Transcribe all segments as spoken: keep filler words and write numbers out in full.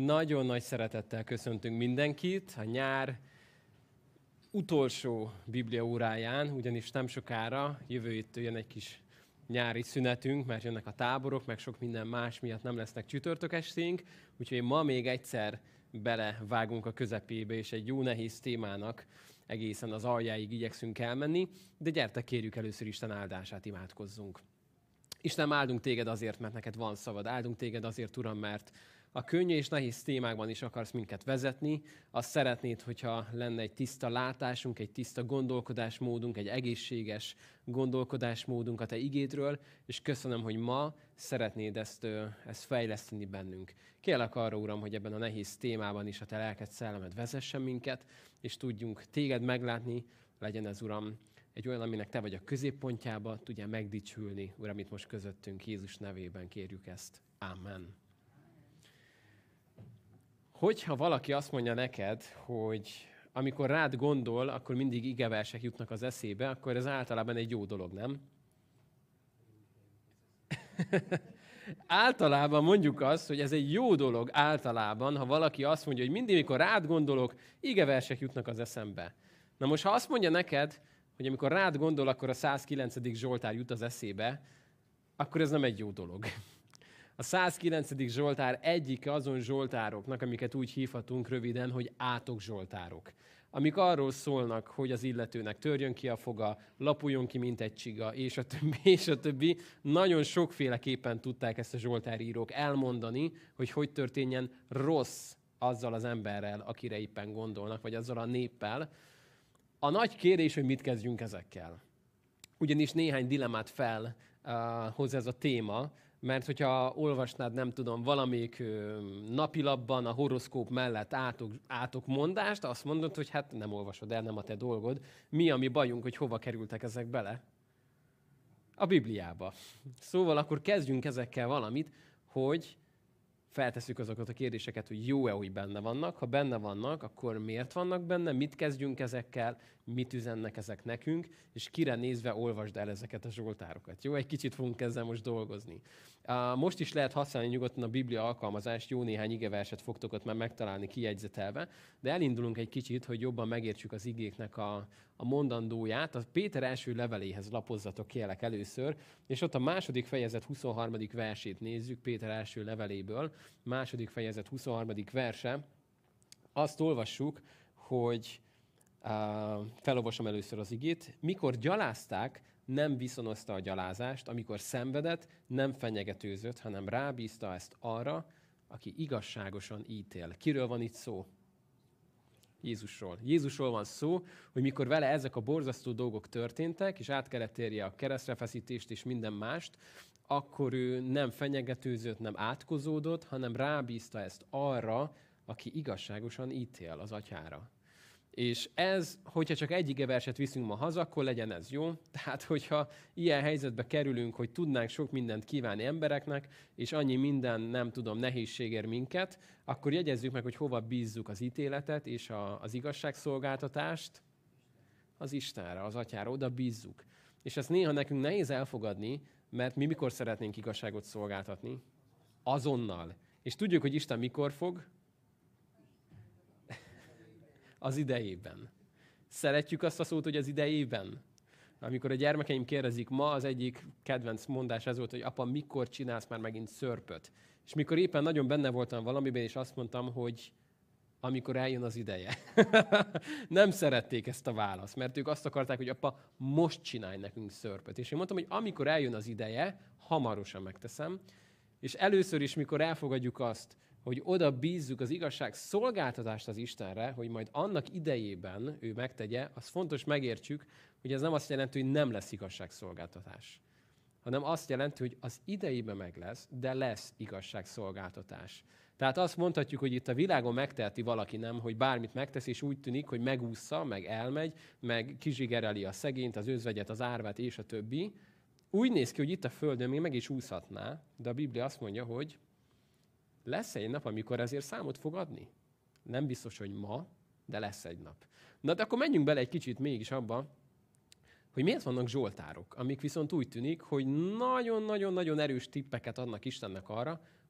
Nagyon nagy szeretettel köszöntünk mindenkit a nyár utolsó Biblia óráján, ugyanis nem sokára, jövő héttől jön egy kis nyári szünetünk, mert jönnek a táborok, meg sok minden más miatt nem lesznek csütörtök esténk, úgyhogy ma még egyszer belevágunk a közepébe, és egy jó nehéz témának egészen az aljáig igyekszünk elmenni, de gyertek, kérjük először Isten áldását, imádkozzunk. Isten, áldunk téged azért, mert neked van szavad. Áldunk téged azért, Uram, mert a könnyű és nehéz témákban is akarsz minket vezetni. Azt szeretnéd, hogyha lenne egy tiszta látásunk, egy tiszta gondolkodásmódunk, egy egészséges gondolkodásmódunk a te igédről, és köszönöm, hogy ma szeretnéd ezt, ezt fejleszteni bennünk. Kérlek arra, Uram, hogy ebben a nehéz témában is a te lelked szellemed vezessen minket, és tudjunk téged meglátni, legyen ez, Uram, egy olyan, aminek te vagy a középpontjába, tudjál megdicsülni, Uram, itt most közöttünk, Jézus nevében kérjük ezt. Amen. Hogyha valaki azt mondja neked, hogy amikor rád gondol, akkor mindig igeversek jutnak az eszébe, akkor ez általában egy jó dolog, nem? Általában mondjuk azt, hogy ez egy jó dolog általában, ha valaki azt mondja, hogy mindig, amikor rád gondolok, igeversek jutnak az eszembe. Na most, ha azt mondja neked, hogy amikor rád gondol, akkor a százkilencedik Zsoltár jut az eszébe, akkor ez nem egy jó dolog. A százkilencedik Zsoltár egyike azon zsoltároknak, amiket úgy hívhatunk röviden, hogy átok zsoltárok. Amik arról szólnak, hogy az illetőnek törjön ki a foga, lapuljon ki, mint egy csiga, és a többi, és a többi. Nagyon sokféleképpen tudták ezt a zsoltárírók elmondani, hogy hogy történjen rossz azzal az emberrel, akire éppen gondolnak, vagy azzal a néppel. A nagy kérdés, hogy mit kezdjünk ezekkel. Ugyanis néhány dilemmát fel uh, hoz ez a téma, mert hogyha olvasnád, nem tudom, valamelyik uh, napilapban a horoszkóp mellett átok, átok mondást, azt mondod, hogy hát nem olvasod el, nem a te dolgod. Mi a mi bajunk, hogy hova kerültek ezek bele? A Bibliába. Szóval akkor kezdjünk ezekkel valamit, hogy feltesszük azokat a kérdéseket, hogy jó-e, hogy benne vannak. Ha benne vannak, akkor miért vannak benne, mit kezdjünk ezekkel, mit üzennek ezek nekünk, és kire nézve olvasd el ezeket a zsoltárokat. Jó, egy kicsit fogunk ezzel most dolgozni. Most is lehet használni nyugodtan a Biblia alkalmazást, jó néhány igeverset fogtok ott már megtalálni kijegyzetelve, de elindulunk egy kicsit, hogy jobban megértsük az igéknek a, a mondandóját. A Péter első leveléhez lapozzatok, kérlek, először, és ott a második fejezet huszonharmadik versét nézzük, Péter első leveléből, második fejezet huszonharmadik verse. Azt olvassuk, hogy Uh, felolvasom először az igét. Mikor gyalázták, nem viszonozta a gyalázást, amikor szenvedett, nem fenyegetőzött, hanem rábízta ezt arra, aki igazságosan ítél. Kiről van itt szó? Jézusról. Jézusról van szó, hogy mikor vele ezek a borzasztó dolgok történtek, és át kellett érje a keresztrefeszítést és minden mást, akkor ő nem fenyegetőzött, nem átkozódott, hanem rábízta ezt arra, aki igazságosan ítél, az atyára. És ez, hogyha csak egy igeverset viszünk ma haza, akkor legyen ez jó. Tehát, hogyha ilyen helyzetbe kerülünk, hogy tudnánk sok mindent kívánni embereknek, és annyi minden, nem tudom, nehézség ér minket, akkor jegyezzük meg, hogy hova bízzuk az ítéletet és a, az igazságszolgáltatást. Az Istenre, az Atyára, oda bízzuk. És ezt néha nekünk nehéz elfogadni, mert mi mikor szeretnénk igazságot szolgáltatni? Azonnal. És tudjuk, hogy Isten mikor fog? Az idejében. Szeretjük azt a szót, hogy az idejében? Amikor a gyermekeim kérdezik, ma az egyik kedvenc mondás ez volt, hogy apa, mikor csinálsz már megint szörpöt? És mikor éppen nagyon benne voltam valamiben, és azt mondtam, hogy amikor eljön az ideje. Nem szerették ezt a választ, mert ők azt akarták, hogy apa, most csinálj nekünk szörpöt. És én mondtam, hogy amikor eljön az ideje, hamarosan megteszem, és először is, mikor elfogadjuk azt, hogy oda bízzuk az igazság szolgáltatást az Istenre, hogy majd annak idejében ő megtegye, az fontos megértsük, hogy ez nem azt jelenti, hogy nem lesz igazságszolgáltatás, hanem azt jelenti, hogy az idejében meg lesz, de lesz igazságszolgáltatás. Tehát azt mondhatjuk, hogy itt a világon megteheti valaki, nem, hogy bármit megtesz, és úgy tűnik, hogy megúszza, meg elmegy, meg kizsigereli a szegényt, az özvegyet, az árvát és a többi. Úgy néz ki, hogy itt a földön még meg is úszhatná, de a Biblia azt mondja, hogy lesz egy nap, amikor ezért számot fog adni? Nem biztos, hogy ma, de lesz egy nap. Na, de akkor menjünk bele egy kicsit mégis abba, hogy miért vannak zsoltárok, amik viszont úgy tűnik, hogy nagyon-nagyon-nagyon erős tippeket adnak Istennek arra,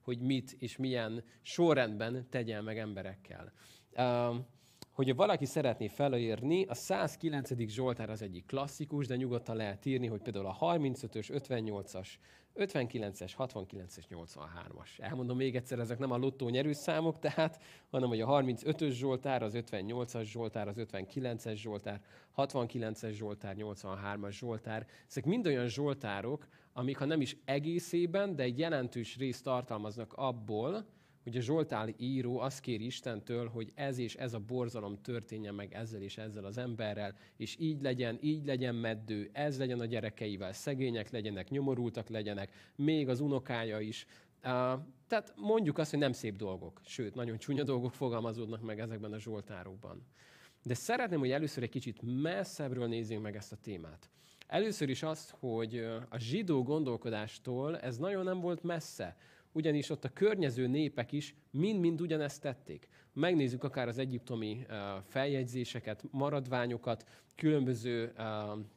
hogy mit és milyen sorrendben tegyen meg emberekkel. Uh, hogyha valaki szeretné felírni, a száz kilencedik Zsoltár az egyik klasszikus, de nyugodtan lehet írni, hogy például a harmincötös, ötvennyolcas, ötvenkilences, hatvankilences, nyolcvanhármas. Elmondom még egyszer, ezek nem a lottó nyerőszámok, tehát, hanem hogy a harmincötös Zsoltár, az ötvennyolcas Zsoltár, az ötvenkilences Zsoltár, hatvankilences Zsoltár, nyolcvanhármas Zsoltár. Ezek mind olyan zsoltárok, amik ha nem is egészében, de egy jelentős részt tartalmaznak abból, hogy a zsoltár író azt kéri Istentől, hogy ez és ez a borzalom történjen meg ezzel és ezzel az emberrel, és így legyen, így legyen meddő, ez legyen a gyerekeivel, szegények legyenek, nyomorultak legyenek, még az unokája is. Uh, tehát mondjuk azt, hogy nem szép dolgok, sőt, nagyon csúnya dolgok fogalmazódnak meg ezekben a zsoltárokban. De szeretném, hogy először egy kicsit messzebbről nézzünk meg ezt a témát. Először is azt, hogy a zsidó gondolkodástól ez nagyon nem volt messze, ugyanis ott a környező népek is mind-mind ugyanezt tették. Megnézzük akár az egyiptomi uh, feljegyzéseket, maradványokat, különböző uh,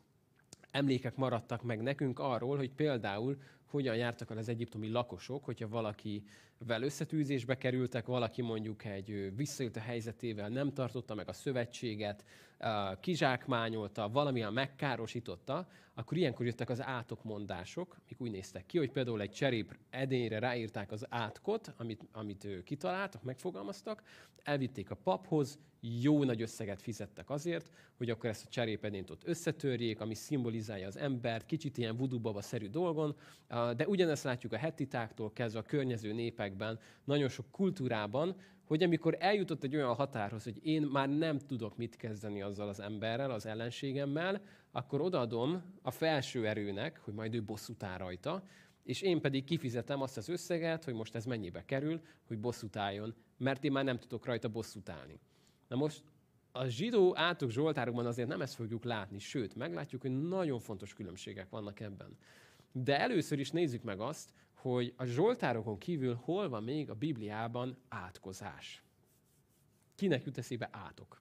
emlékek maradtak meg nekünk arról, hogy például hogyan jártak el az egyiptomi lakosok, hogyha valakivel összetűzésbe kerültek, valaki mondjuk egy visszaélt a helyzetével, nem tartotta meg a szövetséget, kizsákmányolta, valamilyen megkárosította, akkor ilyenkor jöttek az átokmondások, amik úgy néztek ki, hogy például egy cserép edényre ráírták az átkot, amit, amit kitaláltak, megfogalmaztak, elvitték a paphoz, jó nagy összeget fizettek azért, hogy akkor ezt a cserépedényt ott összetörjék, ami szimbolizálja az embert, kicsit ilyen voodoo baba-szerű dolgon, de ugyanezt látjuk a hettitáktól kezdve a környező népekben, nagyon sok kultúrában, hogy amikor eljutott egy olyan határhoz, hogy én már nem tudok mit kezdeni azzal az emberrel, az ellenségemmel, akkor odaadom a felső erőnek, hogy majd ő bosszút áll rajta, és én pedig kifizetem azt az összeget, hogy most ez mennyibe kerül, hogy bosszút álljon, mert én már nem tudok rajta bosszút állni. Na most a zsidó átok zsoltárokban azért nem ezt fogjuk látni, sőt, meglátjuk, hogy nagyon fontos különbségek vannak ebben. De először is nézzük meg azt, hogy a zsoltárokon kívül hol van még a Bibliában átkozás. Kinek jut eszébe átok?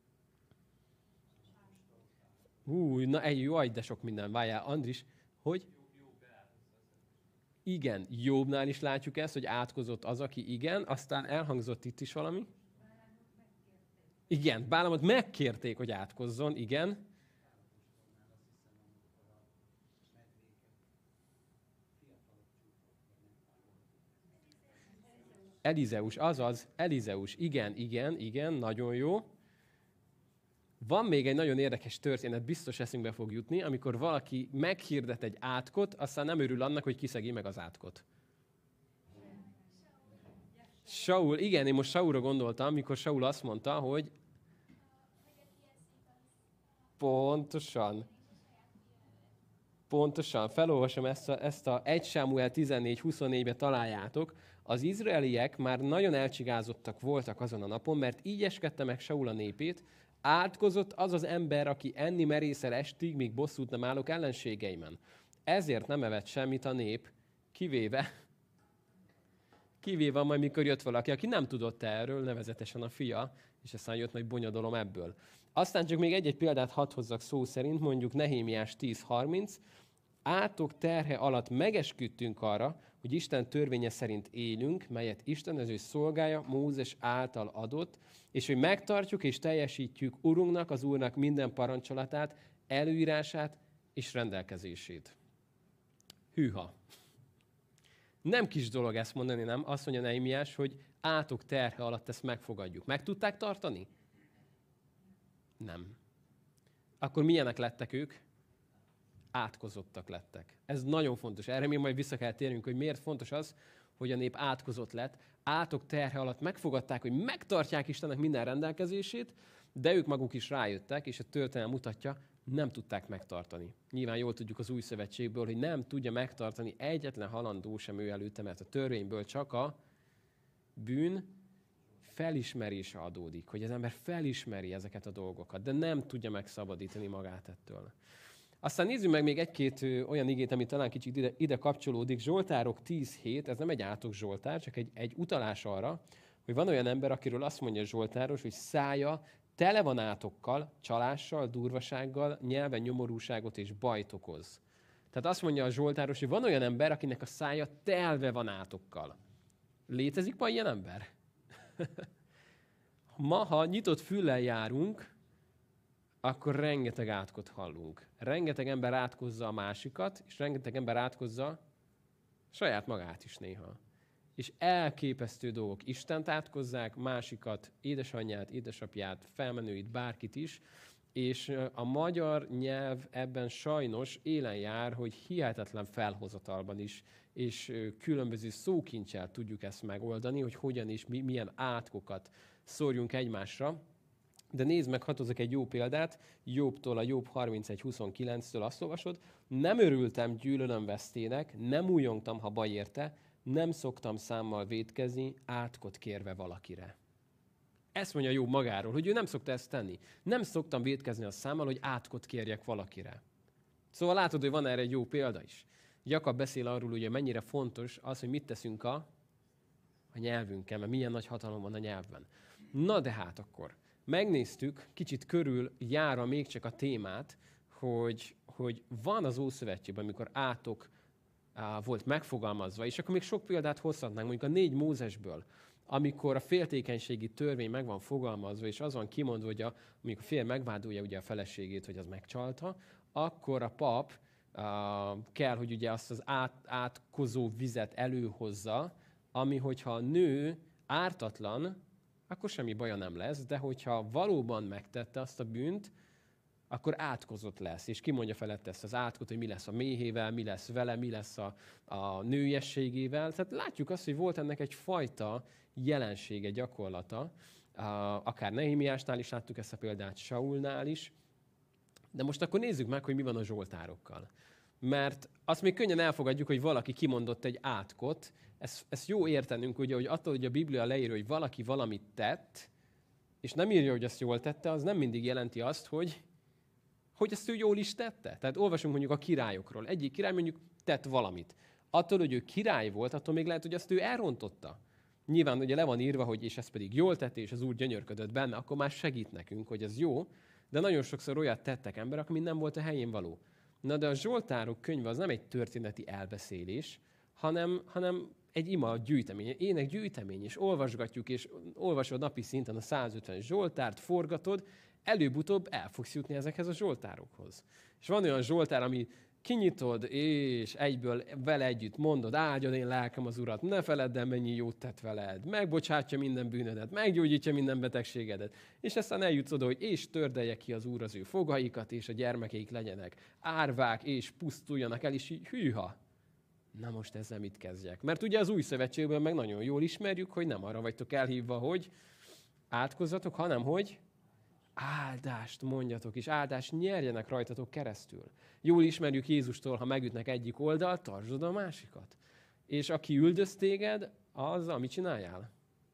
Hú, na egy jó, de sok minden. Várjál, Andris, hogy? Igen, Jobbnál is látjuk ezt, hogy átkozott az, aki igen, aztán elhangzott itt is valami. Igen, Bálamot megkérték, hogy átkozzon, igen. Elizeus, azaz, Elizeus, igen, igen, igen, nagyon jó. Van még egy nagyon érdekes történet, biztos eszünkbe fog jutni, amikor valaki meghirdet egy átkot, aztán nem örül annak, hogy kiszegi meg az átkot. Saul, igen, én most Saulra gondoltam, amikor Saul azt mondta, hogy pontosan, pontosan, felolvasom ezt a, ezt a egy Sámuel tizennégy huszonnégybe találjátok, az izraeliek már nagyon elcsigázottak voltak azon a napon, mert így eskedte meg Saul a népét, átkozott az az ember, aki enni merészel estig, míg bosszút nem állok ellenségeimen. Ezért nem evett semmit a nép, kivéve, kivéve majd mikor jött valaki, aki nem tudott erről, nevezetesen a fia, és aztán jött nagy bonyodalom ebből. Aztán csak még egy-egy példát hadd hozzak szó szerint, mondjuk Nehémiás tíz harminc, átok terhe alatt megesküdtünk arra, hogy Isten törvénye szerint élünk, melyet Isten az ő szolgája Mózes által adott, és hogy megtartjuk és teljesítjük Urunknak, az Úrnak minden parancsolatát, előírását és rendelkezését. Hűha! Nem kis dolog ezt mondani, nem? Azt mondja Nehémiás, hogy átok terhe alatt ezt megfogadjuk. Meg tudták tartani? Nem. Akkor milyenek lettek ők? Átkozottak lettek. Ez nagyon fontos. Erre még majd vissza kell térnünk, hogy miért fontos az, hogy a nép átkozott lett. Átok terhe alatt megfogadták, hogy megtartják Istennek minden rendelkezését, de ők maguk is rájöttek, és a történelem mutatja, nem tudták megtartani. Nyilván jól tudjuk az új szövetségből, hogy nem tudja megtartani egyetlen halandó sem ő előtte, mert a törvényből csak a bűn felismerése adódik, hogy az ember felismeri ezeket a dolgokat, de nem tudja megszabadítani magát ettől. Aztán nézzük meg még egy-két olyan igét, ami talán kicsit ide, ide kapcsolódik. Zsoltárok tíz hét, ez nem egy átok zsoltár, csak egy, egy utalás arra, hogy van olyan ember, akiről azt mondja Zsoltáros, hogy szája tele van átokkal, csalással, durvasággal, nyelven nyomorúságot és bajt okoz. Tehát azt mondja a Zsoltáros, hogy van olyan ember, akinek a szája telve van átokkal. Létezik ma ilyen ember? Ma, ha nyitott füllel járunk, akkor rengeteg átkot hallunk. Rengeteg ember átkozza a másikat, és rengeteg ember átkozza saját magát is néha. És elképesztő dolgok. Istent átkozzák, másikat, édesanyját, édesapját, felmenőit, bárkit is, és a magyar nyelv ebben sajnos élen jár, hogy hihetetlen felhozatalban is, és különböző szókincsel tudjuk ezt megoldani, hogy hogyan és mi, milyen átkokat szórjunk egymásra. De nézd meg, hadd hozzak egy jó példát, Jobbtól, a Jobb harmincegy huszonkilenctől azt olvasod, nem örültem gyűlölöm vesztének, nem újongtam, ha baj érte, nem szoktam számmal vétkezni, átkot kérve valakire. Ezt mondja Jobb magáról, hogy ő nem szokta ezt tenni. Nem szoktam vétkezni a számmal, hogy átkot kérjek valakire. Szóval látod, hogy van erre egy jó példa is. Jakab beszél arról, hogy mennyire fontos az, hogy mit teszünk a, a nyelvünkkel, mert milyen nagy hatalom van a nyelvben. Na de hát akkor, megnéztük, kicsit körül járva még csak a témát, hogy, hogy van az Ószövetségben, amikor átok á, volt megfogalmazva, és akkor még sok példát hozhatnánk, mondjuk a négy Mózesből, amikor a féltékenységi törvény meg van fogalmazva, és az van kimondva, hogy a, amikor a férj megvádolja ugye a feleségét, hogy az megcsalta, akkor a pap uh, kell, hogy ugye azt az át, átkozó vizet előhozza, ami hogyha a nő ártatlan, akkor semmi baja nem lesz, de hogyha valóban megtette azt a bűnt, akkor átkozott lesz, és kimondja felette ezt az átkot, hogy mi lesz a méhével, mi lesz vele, mi lesz a, a nőiességével. Tehát látjuk azt, hogy volt ennek egyfajta jelensége, gyakorlata. Akár Nehémiásnál is láttuk ezt a példát, Saulnál is. De most akkor nézzük meg, hogy mi van a zsoltárokkal. Mert azt még könnyen elfogadjuk, hogy valaki kimondott egy átkot. Ezt, ezt jó értenünk, ugye, hogy attól, hogy a Biblia leír, hogy valaki valamit tett, és nem írja, hogy azt jól tette, az nem mindig jelenti azt, hogy hogy ezt ő jól is tette. Tehát olvasunk mondjuk a királyokról. Egyik király mondjuk tett valamit. Attól, hogy ő király volt, attól még lehet, hogy azt ő elrontotta. Nyilván ugye le van írva, hogy és ez pedig jól tette, és az Úr gyönyörködött benne, akkor már segít nekünk, hogy ez jó, de nagyon sokszor olyat tettek emberek, ami nem volt a helyén való. Na de a Zsoltárok könyve az nem egy történeti elbeszélés, hanem, hanem egy ima gyűjtemény, ének gyűjtemény, és olvasgatjuk, és olvasod napi szinten a százötven Zsoltárt, forgatod, előbb-utóbb el fogsz jutni ezekhez a zsoltárokhoz. És van olyan zsoltár, ami kinyitod, és egyből vele együtt mondod, áldjad én lelkem az Urat, ne feledd el, mennyi jót tett veled, megbocsátja minden bűnödet, meggyógyítja minden betegségedet. És aztán eljutsz oda, hogy és tördelje ki az Úr az ő fogaikat, és a gyermekeik legyenek árvák, és pusztuljanak el, és így hűha. Na most ezzel mit kezdjek? Mert ugye az Új Szövetségben meg nagyon jól ismerjük, hogy nem arra vagytok elhívva, hogy átkozzatok, hanem hogy áldást mondjatok, és áldást nyerjenek rajtatok keresztül. Jól ismerjük Jézustól, ha megütnek egyik oldalt, tartsd a másikat. És aki üldöz téged, az, amit csináljál?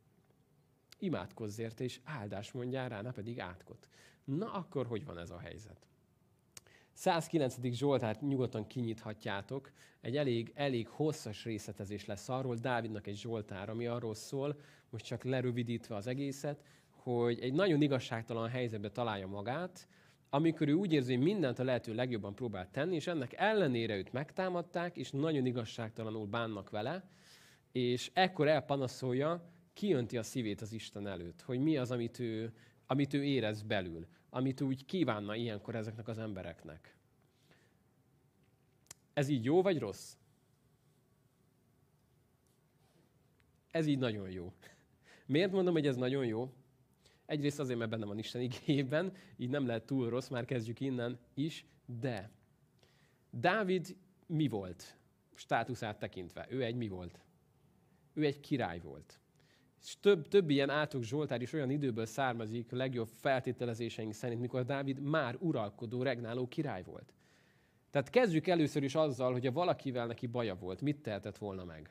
Imádkozz érte, és áldást mondjál rá, ne pedig átkot. Na akkor hogy van ez a helyzet? százkilencedik Zsoltárt nyugodtan kinyithatjátok. Egy elég, elég hosszas részletezés lesz arról, Dávidnak egy Zsoltár, ami arról szól, most csak lerövidítve az egészet, hogy egy nagyon igazságtalan helyzetbe találja magát, amikor ő úgy érzi, hogy mindent a lehető legjobban próbál tenni, és ennek ellenére őt megtámadták, és nagyon igazságtalanul bánnak vele, és ekkor elpanaszolja, kijönti a szívét az Isten előtt, hogy mi az, amit ő, amit ő érez belül, amit úgy kívánna ilyenkor ezeknek az embereknek. Ez így jó vagy rossz? Ez így nagyon jó. Miért mondom, hogy ez nagyon jó? Egyrészt azért, mert benne van Isten igéjében, így nem lehet túl rossz, már kezdjük innen is, de Dávid mi volt? Státuszát tekintve. Ő egy mi volt? Ő egy király volt. És több, több ilyen átok Zsoltár is olyan időből származik, a legjobb feltételezéseink szerint, mikor Dávid már uralkodó, regnáló király volt. Tehát kezdjük először is azzal, hogy ha valakivel neki baja volt, mit tehetett volna meg?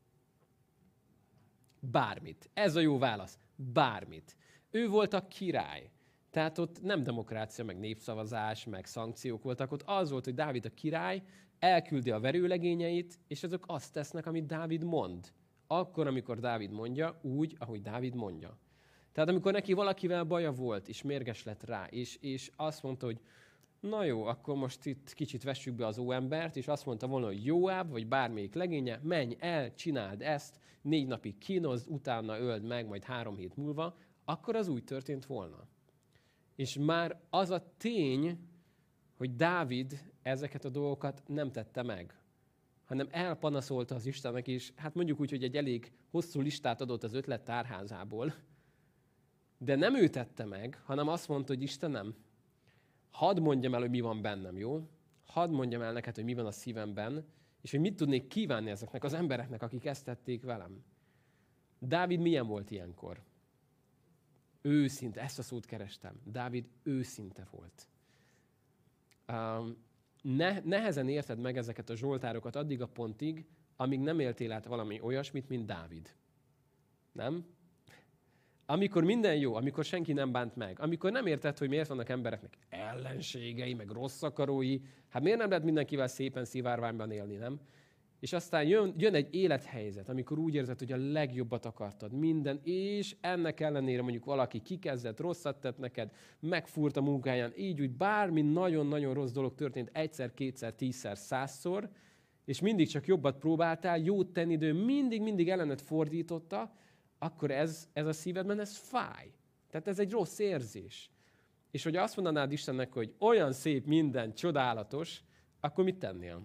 Bármit. Ez a jó válasz. Bármit. Ő volt a király. Tehát ott nem demokrácia, meg népszavazás, meg szankciók voltak. Ott az volt, hogy Dávid a király elküldi a verőlegényeit, és azok azt tesznek, amit Dávid mond. Akkor, amikor Dávid mondja, úgy, ahogy Dávid mondja. Tehát amikor neki valakivel baja volt, és mérges lett rá, és, és azt mondta, hogy Na jó, akkor most itt kicsit vessük be az óembert, és azt mondta volna, hogy Jóáb, vagy bármelyik legénye, menj el, csináld ezt, négy napig kínozd, utána öld meg, majd három hét múlva, akkor az úgy történt volna. És már az a tény, hogy Dávid ezeket a dolgokat nem tette meg, hanem elpanaszolta az Istennek, és hát mondjuk úgy, hogy egy elég hosszú listát adott az ötlet tárházából, de nem ő tette meg, hanem azt mondta, hogy Istenem, hadd mondjam el, hogy mi van bennem, jó? Hadd mondjam el neked, hogy mi van a szívemben, és hogy mit tudnék kívánni ezeknek az embereknek, akik ezt tették velem. Dávid milyen volt ilyenkor? Őszinte, ezt a szót kerestem. Dávid őszinte volt. Um, ne, nehezen érted meg ezeket a zsoltárokat addig a pontig, amíg nem éltél át valami olyasmit, mint Dávid. Nem? Amikor minden jó, amikor senki nem bánt meg, amikor nem érted, hogy miért vannak embereknek ellenségei, meg rossz akarói, hát miért nem lehet mindenkivel szépen szivárványban élni, nem? És aztán jön, jön egy élethelyzet, amikor úgy érzed, hogy a legjobbat akartad, minden, és ennek ellenére mondjuk valaki kikezdett, rosszat tett neked, megfúrt a munkáján, így úgy bármi nagyon-nagyon rossz dolog történt egyszer, kétszer, tízszer, százszor, és mindig csak jobbat próbáltál, jót tenni, de mindig-mindig ellenet fordította, akkor ez, ez a szívedben, ez fáj. Tehát ez egy rossz érzés. És hogy azt mondanád Istennek, hogy olyan szép minden, csodálatos, akkor mit tennél?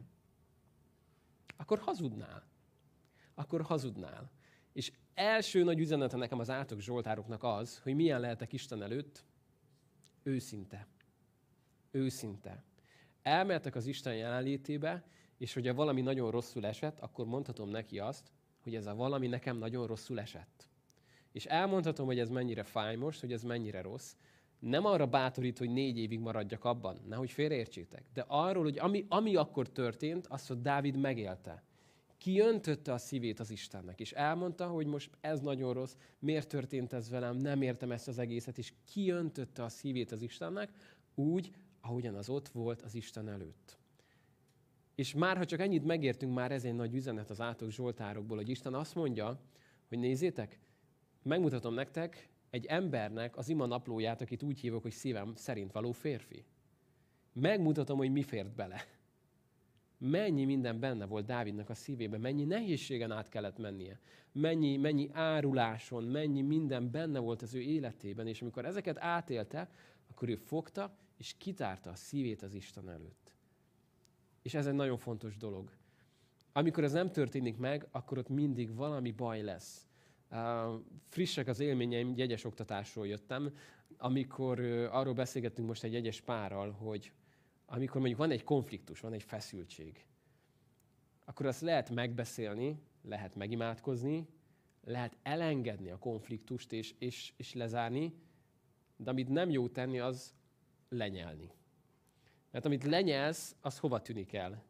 Akkor hazudnál. Akkor hazudnál. És első nagy üzenete nekem az átok zsoltároknak az, hogy milyen lehetek Isten előtt? Őszinte. Őszinte. Elmehetek az Isten jelenlétébe, és hogyha valami nagyon rosszul esett, akkor mondhatom neki azt, hogy ez a valami nekem nagyon rosszul esett. És elmondhatom, hogy ez mennyire fáj most, hogy ez mennyire rossz. Nem arra bátorít, hogy négy évig maradjak abban, nehogy félreértsétek, de arról, hogy ami, ami akkor történt, azt, hogy Dávid megélte. Kiöntötte a szívét az Istennek, és elmondta, hogy most ez nagyon rossz, miért történt ez velem, nem értem ezt az egészet, és kiöntötte a szívét az Istennek úgy, ahogyan az ott volt az Isten előtt. És már, ha csak ennyit megértünk, már ez egy nagy üzenet az átok zsoltárokból, hogy Isten azt mondja, hogy nézzétek, megmutatom nektek egy embernek az ima naplóját, akit úgy hívok, hogy szívem szerint való férfi. Megmutatom, hogy mi fért bele. Mennyi minden benne volt Dávidnak a szívében, mennyi nehézségen át kellett mennie, mennyi, mennyi áruláson, mennyi minden benne volt az ő életében, és amikor ezeket átélte, akkor ő fogta és kitárta a szívét az Isten előtt. És ez egy nagyon fontos dolog. Amikor ez nem történik meg, akkor ott mindig valami baj lesz. Uh, frissek az élményeim, jegyes oktatásról jöttem, amikor uh, arról beszélgettünk most egy jegyes párral, hogy amikor mondjuk van egy konfliktus, van egy feszültség, akkor azt lehet megbeszélni, lehet megimádkozni, lehet elengedni a konfliktust és, és, és lezárni, de amit nem jó tenni, az lenyelni. Mert amit lenyelsz, az hova tűnik el?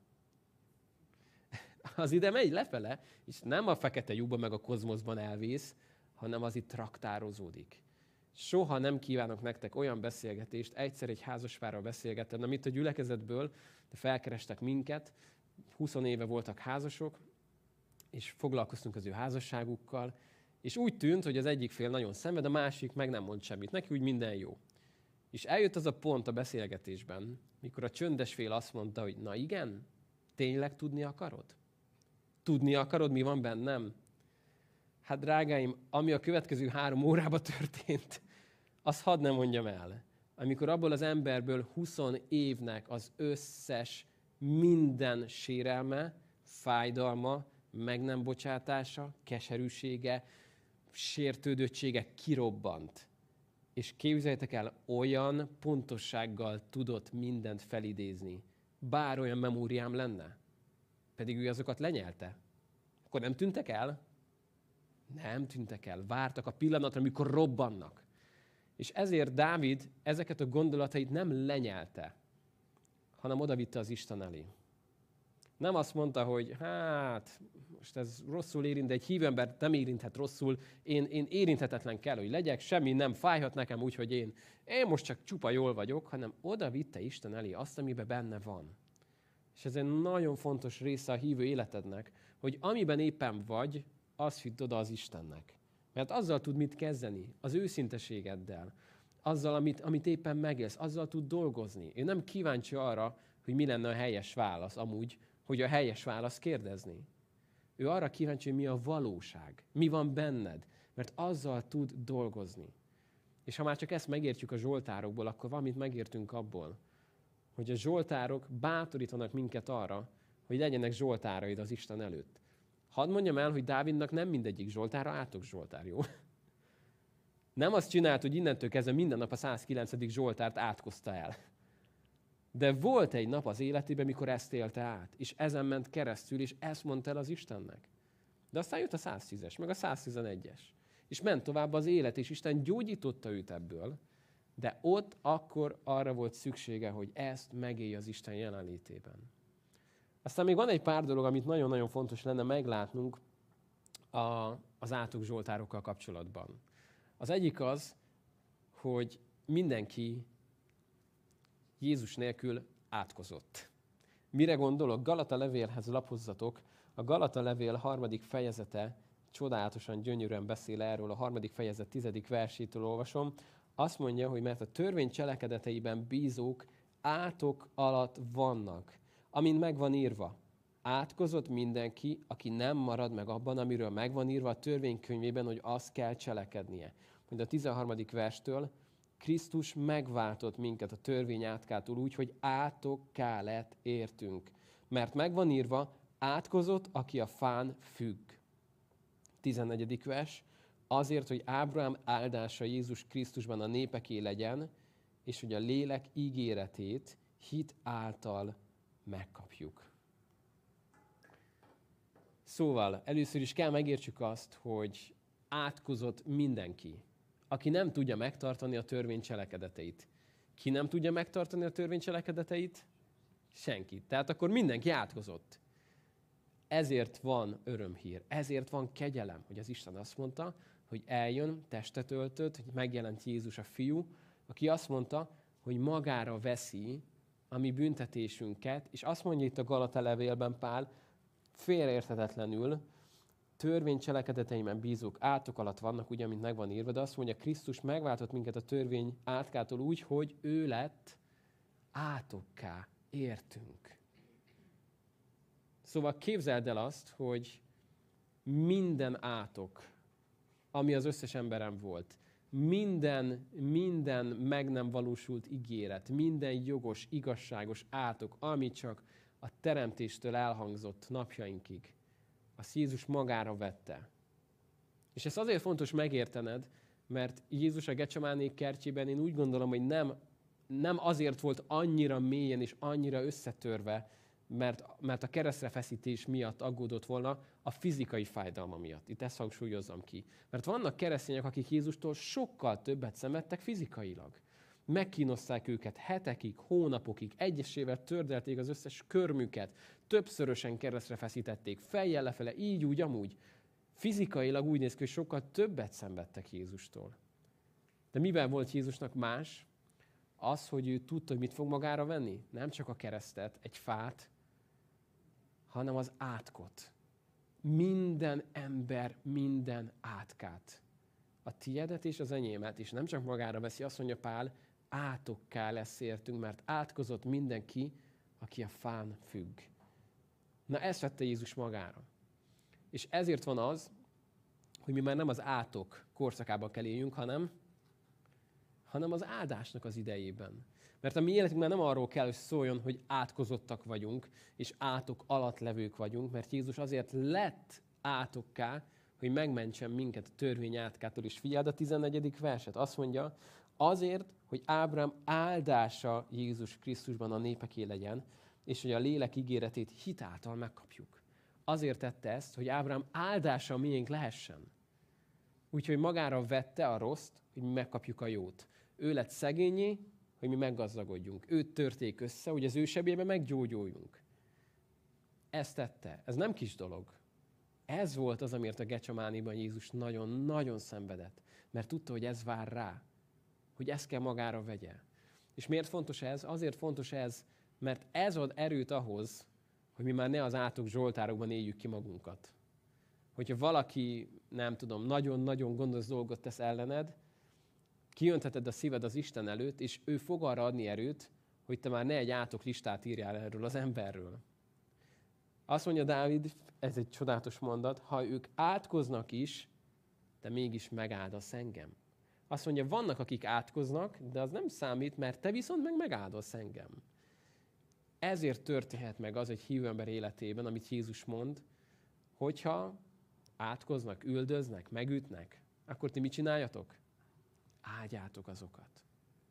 Az ide megy lefele, és nem a fekete lyukban meg a kozmoszban elvész, hanem az itt traktározódik. Soha nem kívánok nektek olyan beszélgetést, egyszer egy házaspárral beszélgettem, nem itt a gyülekezetből, de felkerestek minket, húsz éve voltak házasok, és foglalkoztunk az ő házasságukkal, és úgy tűnt, hogy az egyik fél nagyon szenved, a másik meg nem mond semmit, neki úgy minden jó. És eljött az a pont a beszélgetésben, mikor a csöndes fél azt mondta, hogy na igen, tényleg tudni akarod? Tudni akarod, mi van bennem? Hát drágáim, ami a következő három órában történt, azt hadd nem mondjam el. Amikor abból az emberből húsz évnek az összes minden sérelme, fájdalma, meg nem bocsátása, keserűsége, sértődöttsége kirobbant. És képzeljétek el, olyan pontossággal tudott mindent felidézni. Bár olyan memóriám lenne. Pedig ő azokat lenyelte. Akkor nem tűntek el? Nem tűntek el. Vártak a pillanatra, amikor robbannak. És ezért Dávid ezeket a gondolatait nem lenyelte, hanem odavitte az Isten elé. Nem azt mondta, hogy hát, most ez rosszul érint, de egy hívő ember nem érinthet rosszul, én, én érinthetetlen kell, hogy legyek, semmi nem fájhat nekem úgy, hogy én, én most csak csupa jól vagyok, hanem odavitte Isten elé azt, amiben benne van. És ez egy nagyon fontos része a hívő életednek, hogy amiben éppen vagy, azt vidd oda az Istennek. Mert azzal tud mit kezdeni, az őszinteségeddel, azzal, amit, amit éppen megélsz, azzal tud dolgozni. Ő nem kíváncsi arra, hogy mi lenne a helyes válasz amúgy, hogy a helyes válasz kérdezni. Ő arra kíváncsi, hogy mi a valóság, mi van benned, mert azzal tud dolgozni. És ha már csak ezt megértjük a zsoltárokból, akkor valamit megértünk abból, hogy a zsoltárok bátorítanak minket arra, hogy legyenek zsoltáraid az Isten előtt. Hadd mondjam el, hogy Dávidnak nem mindegyik zsoltára átok zsoltár, jó? Nem azt csinált, hogy innentől kezdve minden nap a százkilencedik zsoltárt átkozta el. De volt egy nap az életében, mikor ezt élte át, és ezen ment keresztül, és ezt mondta el az Istennek. De aztán jött a száztízes, meg a száztizenegyes. És ment tovább az élet, és Isten gyógyította őt ebből, de ott akkor arra volt szüksége, hogy ezt megélje az Isten jelenlétében. Aztán még van egy pár dolog, amit nagyon-nagyon fontos lenne meglátnunk a, az átok zsoltárokkal kapcsolatban. Az egyik az, hogy mindenki Jézus nélkül átkozott. Mire gondolok? Galata levélhez lapozzatok. A Galata levél harmadik fejezete csodálatosan, gyönyörűen beszél erről, a harmadik fejezet tizedik versétől olvasom. Azt mondja, hogy mert a törvény cselekedeteiben bízók átok alatt vannak, amint meg van írva. Átkozott mindenki, aki nem marad meg abban, amiről meg van írva a törvénykönyvében, hogy azt kell cselekednie. Mind a tizenharmadik verstől, Krisztus megváltott minket a törvény átkától úgy, hogy átokká lett értünk. Mert meg van írva, átkozott, aki a fán függ. tizennegyedik vers, azért, hogy Ábrahám áldása Jézus Krisztusban a népeké legyen, és hogy a lélek ígéretét hit által megkapjuk. Szóval először is kell megértsük azt, hogy átkozott mindenki, aki nem tudja megtartani a törvény cselekedeteit. Ki nem tudja megtartani a törvény cselekedeteit? Senki. Tehát akkor mindenki átkozott. Ezért van örömhír, ezért van kegyelem, hogy az Isten azt mondta, hogy eljön, testet öltött, hogy megjelent Jézus a fiú, aki azt mondta, hogy magára veszi a mi büntetésünket, és azt mondja itt a Galata levélben Pál, félreérthetetlenül, törvény cselekedeteiben bízók átok alatt vannak, ugye, mint meg van írva, de azt mondja, Krisztus megváltott minket a törvény átkától úgy, hogy ő lett átokká értünk. Szóval képzeld el azt, hogy minden átok, ami az összes emberem volt, minden, minden meg nem valósult ígéret, minden jogos, igazságos átok, ami csak a teremtéstől elhangzott napjainkig, azt Jézus magára vette. És ez azért fontos megértened, mert Jézus a Gecsemáné kertjében én úgy gondolom, hogy nem, nem azért volt annyira mélyen és annyira összetörve, mert, mert a keresztre feszítés miatt aggódott volna a fizikai fájdalma miatt. Itt ezt hangsúlyozzam ki. Mert vannak keresztények, akik Jézustól sokkal többet szenvedtek fizikailag. Megkínozták őket hetekig, hónapokig, egyesével tördelték az összes körmüket, többszörösen keresztre feszítették, fejjel lefele, így, úgy, amúgy. Fizikailag úgy néz ki, hogy sokkal többet szenvedtek Jézustól. De miben volt Jézusnak más? Az, hogy ő tudta, hogy mit fog magára venni. Nem csak a keresztet, egy fát, hanem az átkot. Minden ember, minden átkát. A tiedet és az enyémet, és nem csak magára veszi, azt mondja Pál, átokká lesz értünk, mert átkozott mindenki, aki a fán függ. Na ezt vette Jézus magára. És ezért van az, hogy mi már nem az átok korszakában kell éljünk, hanem, hanem az áldásnak az idejében. Mert a mi életünk már nem arról kell, hogy szóljon, hogy átkozottak vagyunk, és átok alatt levők vagyunk, mert Jézus azért lett átokká, hogy megmentsen minket a törvény átkától. És figyeld a tizennegyedik verset, azt mondja, azért, hogy Ábrahám áldása Jézus Krisztusban a népeké legyen, és hogy a lélek ígéretét hitáltal megkapjuk. Azért tette ezt, hogy Ábrahám áldása miénk lehessen. Úgyhogy magára vette a rosszt, hogy mi megkapjuk a jót. Ő lett szegényé, hogy mi meggazdagodjunk. Őt törték össze, hogy az ő sebében meggyógyuljunk. Ezt tette. Ez nem kis dolog. Ez volt az, amiért a Gecsemánéban Jézus nagyon-nagyon szenvedett. Mert tudta, hogy ez vár rá. Hogy ezt kell magára vegye. És miért fontos ez? Azért fontos ez, mert ez ad erőt ahhoz, hogy mi már ne az átok zsoltárokban éljük ki magunkat. Hogyha valaki, nem tudom, nagyon-nagyon gonosz dolgot tesz ellened, Kiöntheted a szíved az Isten előtt, és ő fog arra adni erőt, hogy te már ne egy átok listát írjál erről az emberről. Azt mondja Dávid, ez egy csodálatos mondat, ha ők átkoznak is, te mégis megáldasz engem. Azt mondja, vannak, akik átkoznak, de az nem számít, mert te viszont meg megáldasz engem. Ezért történhet meg az egy hívő ember életében, amit Jézus mond, hogyha átkoznak, üldöznek, megütnek, akkor ti mit csináljatok? Áldjátok azokat.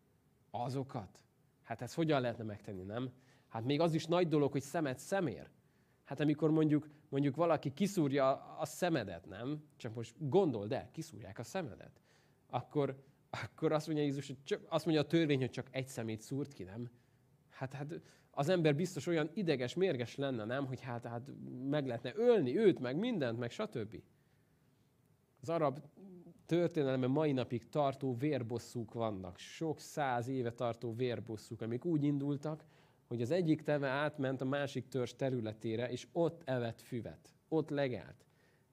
Azokat? Hát ezt hogyan lehetne megtenni, nem? Hát még az is nagy dolog, hogy szemed szemér. Hát amikor mondjuk, mondjuk valaki kiszúrja a szemedet, nem? Csak most gondold el, kiszúrják a szemedet. Akkor, akkor azt mondja Jézus, hogy csak, azt mondja a törvény, hogy csak egy szemét szúrt ki, nem? Hát, hát az ember biztos olyan ideges, mérges lenne, nem? Hogy hát, hát meg lehetne ölni őt, meg mindent, meg stb. Az arab történelemben mai napig tartó vérbosszúk vannak. Sok száz éve tartó vérbosszúk, amik úgy indultak, hogy az egyik teve átment a másik törzs területére, és ott evett füvet. Ott legelt.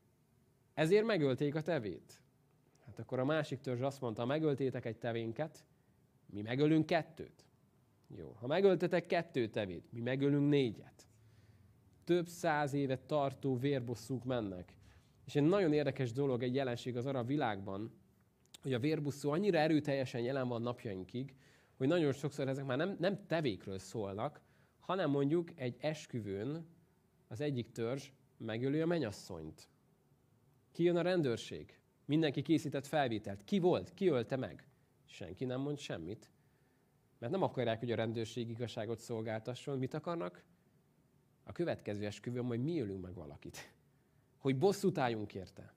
Ezért megölték a tevét. Hát akkor a másik törzs azt mondta, megöltétek egy tevénket, mi megölünk kettőt. Jó, ha megöltetek kettő tevét, mi megölünk négyet. Több száz éve tartó vérbosszúk mennek. És egy nagyon érdekes dolog, egy jelenség az arab világban, hogy a vérbosszú annyira erőteljesen jelen van napjainkig, hogy nagyon sokszor ezek már nem, nem tevékről szólnak, hanem mondjuk egy esküvőn az egyik törzs megöli a mennyasszonyt. Ki jön a rendőrség? Mindenki készített felvételt. Ki volt? Ki ölte meg? Senki nem mond semmit. Mert nem akarják, hogy a rendőrség igazságot szolgáltasson. Mit akarnak? A következő esküvőn majd mi ölünk meg valakit. Hogy bosszút álljunk érte.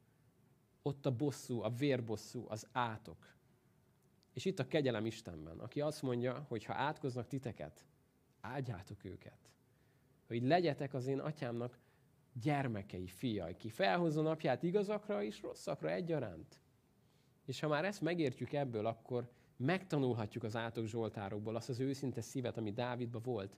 Ott a bosszú, a vérbosszú, az átok. És itt a kegyelem Istenben, aki azt mondja, hogy ha átkoznak titeket, áldjátok őket. Hogy legyetek az én atyámnak gyermekei, fiai, ki felhozza napját igazakra és rosszakra egyaránt. És ha már ezt megértjük ebből, akkor megtanulhatjuk az átok zsoltárokból azt az őszinte szívet, ami Dávidban volt.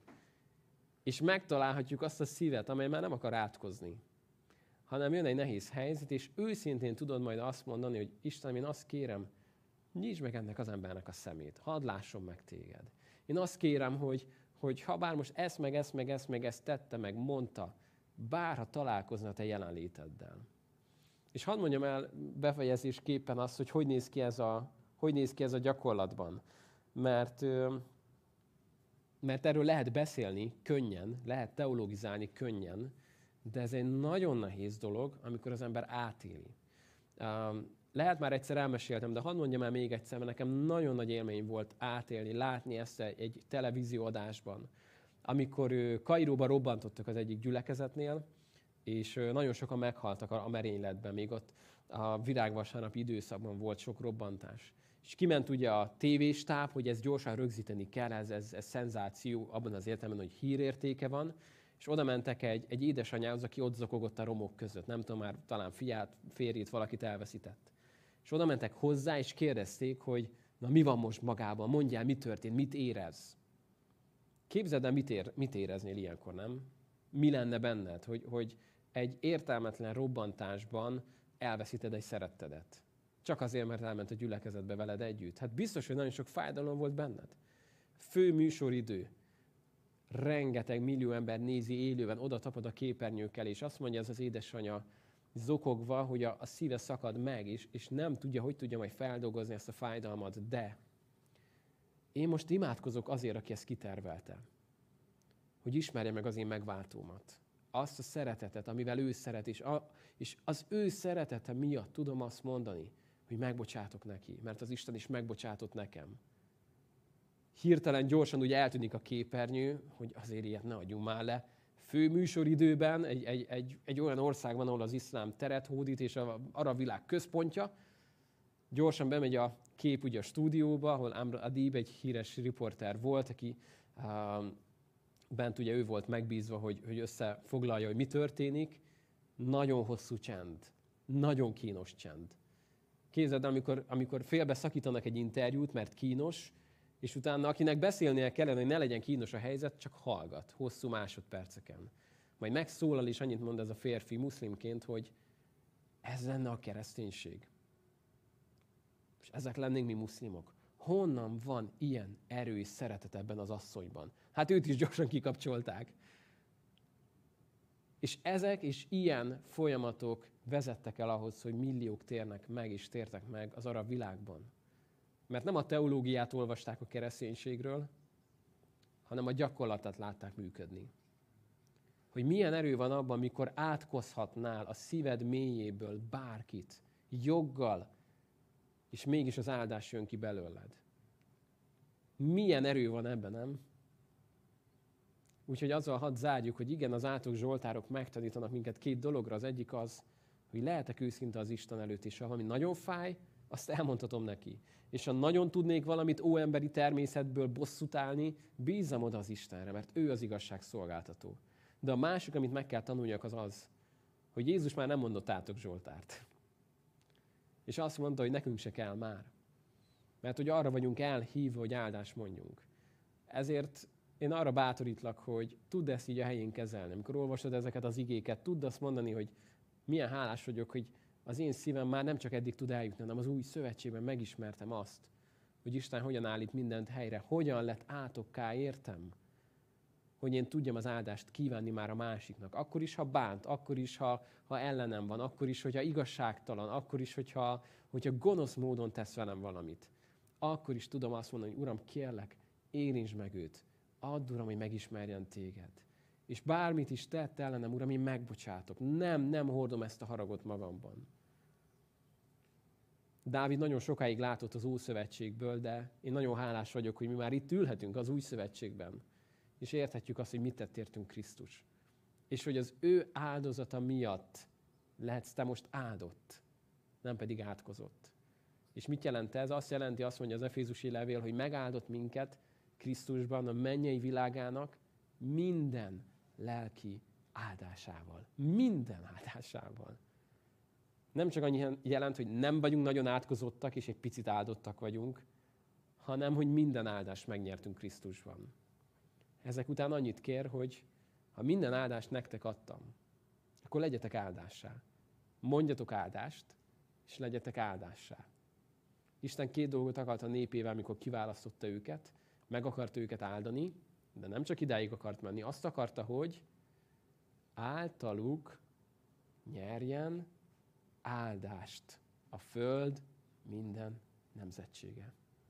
És megtalálhatjuk azt a szívet, amely már nem akar átkozni, hanem jön egy nehéz helyzet, és őszintén tudod majd azt mondani, hogy Istenem, én azt kérem, nyisd meg ennek az embernek a szemét, hadd lásson meg téged. Én azt kérem, hogy, hogy ha bár most ezt, meg ezt, meg ezt, meg ezt tette, meg mondta, bárha találkozna a te jelenléteddel. És hadd mondjam el befejezésképpen azt, hogy hogy néz ki ez a, hogy néz ki ez a gyakorlatban. Mert, mert erről lehet beszélni könnyen, lehet teologizálni könnyen, de ez egy nagyon nehéz dolog, amikor az ember átéli. Lehet már egyszer elmeséltem, de hadd mondjam el még egyszer, mert nekem nagyon nagy élmény volt átélni, látni ezt egy televízióadásban. Amikor Kairóban robbantottak az egyik gyülekezetnél, és nagyon sokan meghaltak a merényletben, még ott a virágvasárnapi időszakban volt sok robbantás. És kiment ugye a tévéstáb, hogy ezt gyorsan rögzíteni kell, ez, ez, ez szenzáció, abban az értelemben, hogy hírértéke van, és oda mentek egy, egy édesanyához, aki ott zokogott a romok között. Nem tudom, már talán fiát, férjét, valakit elveszített. És oda mentek hozzá, és kérdezték, hogy na mi van most magában, mondjál, mi történt, mit érez. Képzeld el, mit, ér, mit éreznél ilyenkor, nem? Mi lenne benned, hogy, hogy egy értelmetlen robbantásban elveszíted egy szerettedet. Csak azért, mert elment a gyülekezetbe veled együtt. Hát biztos, hogy nagyon sok fájdalom volt benned. Fő műsoridő. Rengeteg millió ember nézi élőben, oda tapad a képernyőkkel, és azt mondja ez az édesanyja zokogva, hogy a, a szíve szakad meg, és, és nem tudja, hogy tudja majd feldolgozni ezt a fájdalmat, de én most imádkozok azért, aki ezt kitervelte, hogy ismerje meg az én megváltómat. Azt a szeretetet, amivel ő szeret, és, a, és az ő szeretete miatt tudom azt mondani, hogy megbocsátok neki, mert az Isten is megbocsátott nekem. Hirtelen gyorsan úgy eltűnik a képernyő, hogy azért ilyet ne adjunk már le. Fő műsoridőben, egy, egy, egy, egy olyan országban, ahol az iszlám teret hódít, és a arab világ központja, gyorsan bemegy a kép ugye a stúdióba, ahol Amr Adib egy híres riporter volt, aki uh, bent ugye ő volt megbízva, hogy, hogy összefoglalja, hogy mi történik. Nagyon hosszú csend, nagyon kínos csend. Képzeld, amikor, amikor félbe szakítanak egy interjút, mert kínos, és utána akinek beszélnie kellene, hogy ne legyen kínos a helyzet, csak hallgat, hosszú másodperceken. Majd megszólal, és annyit mond ez a férfi muszlimként, hogy ez lenne a kereszténység. És ezek lennénk mi muszlimok. Honnan van ilyen erő és szeretet ebben az asszonyban? Hát őt is gyorsan kikapcsolták. És ezek és ilyen folyamatok vezettek el ahhoz, hogy milliók térnek meg és tértek meg az arab világban. Mert nem a teológiát olvasták a kereszténységről, hanem a gyakorlatát látták működni. Hogy milyen erő van abban, amikor átkozhatnál a szíved mélyéből bárkit, joggal, és mégis az áldás jön ki belőled. Milyen erő van ebben, nem? Úgyhogy azzal hadd zárjuk, hogy igen, az átok zsoltárok megtanítanak minket két dologra. Az egyik az, hogy lehetek őszinte az Isten előtt, és ha valami nagyon fáj, azt elmondhatom neki. És ha nagyon tudnék valamit óemberi természetből bosszút állni, bízzam oda az Istenre, mert ő az igazság szolgáltató. De a másik, amit meg kell tanuljak, az az, hogy Jézus már nem mondott átok zsoltárt. És azt mondta, hogy nekünk se kell már. Mert hogy arra vagyunk elhívva, hogy áldást mondjunk. Ezért én arra bátorítlak, hogy tudd ezt így a helyén kezelni. Amikor olvasod ezeket az igéket, tudd azt mondani, hogy milyen hálás vagyok, hogy az én szívem már nem csak eddig tud eljutni, hanem az új szövetségben megismertem azt, hogy Isten hogyan állít mindent helyre, hogyan lett átokká értem, hogy én tudjam az áldást kívánni már a másiknak. Akkor is, ha bánt, akkor is, ha, ha ellenem van, akkor is, hogyha igazságtalan, akkor is, hogyha, hogyha gonosz módon tesz velem valamit. Akkor is tudom azt mondani, hogy Uram, kérlek, érintsd meg őt. Add, Uram, hogy megismerjen téged. És bármit is tett ellenem, Uram, én megbocsátok. Nem, nem hordom ezt a haragot magamban. Dávid nagyon sokáig látott az Ószövetségből, de én nagyon hálás vagyok, hogy mi már itt ülhetünk az Új Szövetségben. És érthetjük azt, hogy mit tett értünk Krisztus. És hogy az ő áldozata miatt lehetsz te most áldott, nem pedig átkozott. És mit jelent ez? Azt jelenti, azt mondja az Efézusi levél, hogy megáldott minket Krisztusban a mennyei világának minden lelki áldásával. Minden áldásával. Nem csak annyi jelent, hogy nem vagyunk nagyon átkozottak, és egy picit áldottak vagyunk, hanem, hogy minden áldást megnyertünk Krisztusban. Ezek után annyit kér, hogy ha minden áldást nektek adtam, akkor legyetek áldássá. Mondjatok áldást, és legyetek áldássá. Isten két dolgot akart a népével, amikor kiválasztotta őket, meg akarta őket áldani, de nem csak idáig akart menni, azt akarta, hogy általuk nyerjen áldást a föld minden nemzetsége.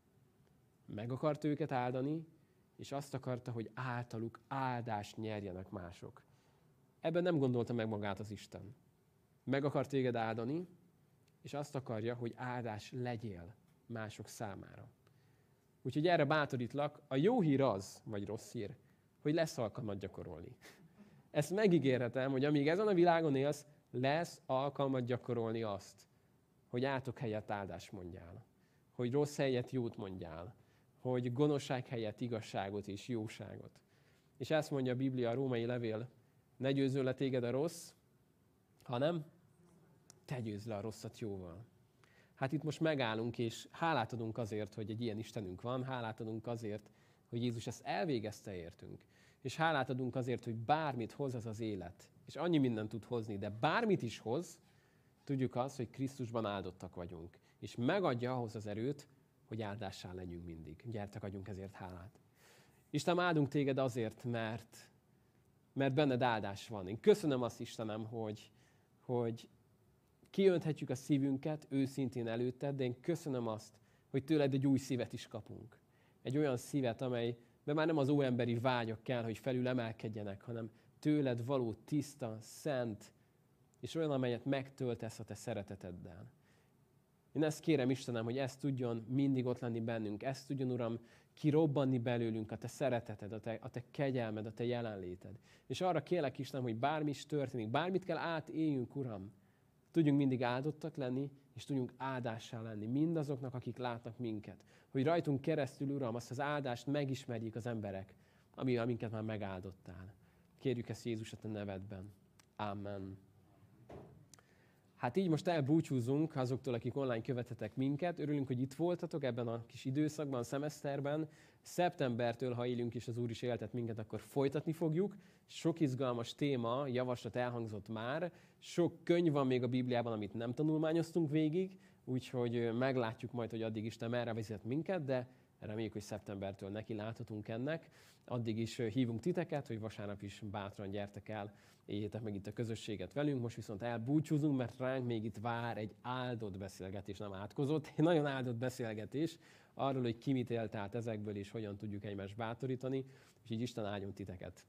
Meg akarta őket áldani, és azt akarta, hogy általuk áldást nyerjenek mások. Ebben nem gondolta meg magát az Isten. Meg akar téged áldani, és azt akarja, hogy áldás legyél mások számára. Úgyhogy erre bátorítlak, a jó hír az, vagy rossz hír, hogy lesz alkalmat gyakorolni. Ezt megígérhetem, hogy amíg ezen a világon élsz, lesz alkalmat gyakorolni azt, hogy átok helyett áldást mondjál, hogy rossz helyett jót mondjál, hogy gonoszság helyett igazságot és jóságot. És ezt mondja a Biblia, a római levél, ne győzzön le téged a rossz, hanem te győzz le a rosszat jóval. Hát itt most megállunk, és hálát adunk azért, hogy egy ilyen Istenünk van, hálát adunk azért, hogy Jézus ezt elvégezte értünk. És hálát adunk azért, hogy bármit hoz az az élet. És annyi mindent tud hozni, de bármit is hoz, tudjuk azt, hogy Krisztusban áldottak vagyunk. És megadja ahhoz az erőt, hogy áldássá legyünk mindig. Gyertek, adjunk ezért hálát. Isten, áldunk téged azért, mert, mert benned áldás van. Én köszönöm azt, Istenem, hogy, hogy kiönthetjük a szívünket őszintén előtted, de én köszönöm azt, hogy tőled egy új szívet is kapunk. Egy olyan szívet, amelyben már nem az óemberi vágyak kell, hogy felül emelkedjenek, hanem tőled való tiszta, szent, és olyan, amelyet megtöltesz a te szereteteddel. Én ezt kérem, Istenem, hogy ezt tudjon mindig ott lenni bennünk, ezt tudjon, Uram, kirobbanni belőlünk a te szereteted, a te, a te kegyelmed, a te jelenléted. És arra kérlek, Istenem, hogy bármi is történik, bármit kell átéljünk, Uram, tudjunk mindig áldottak lenni, és tudjunk áldássá lenni mindazoknak, akik látnak minket. Hogy rajtunk keresztül, Uram, azt az áldást megismerjék az emberek, ami, aminket már megáldottál. Kérjük ezt Jézus a te nevedben. Amen. Hát így most elbúcsúzunk azoktól, akik online követhetek minket. Örülünk, hogy itt voltatok ebben a kis időszakban, a szemeszterben. Szeptembertől, ha élünk és az Úr is éltet minket, akkor folytatni fogjuk. Sok izgalmas téma, javaslat elhangzott már. Sok könyv van még a Bibliában, amit nem tanulmányoztunk végig. úgyhogy meglátjuk majd, hogy addig Isten merre vezet minket, de reméljük, hogy szeptembertől neki láthatunk ennek. Addig is hívunk titeket, hogy vasárnap is bátran gyertek el, éljétek meg itt a közösséget velünk. Most viszont elbúcsúzunk, mert ránk még itt vár egy áldott beszélgetés, nem átkozott, egy nagyon áldott beszélgetés arról, hogy ki mit élt át ezekből, és hogyan tudjuk egymást bátorítani. Úgyhogy Isten áldjon titeket!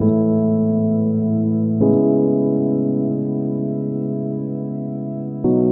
you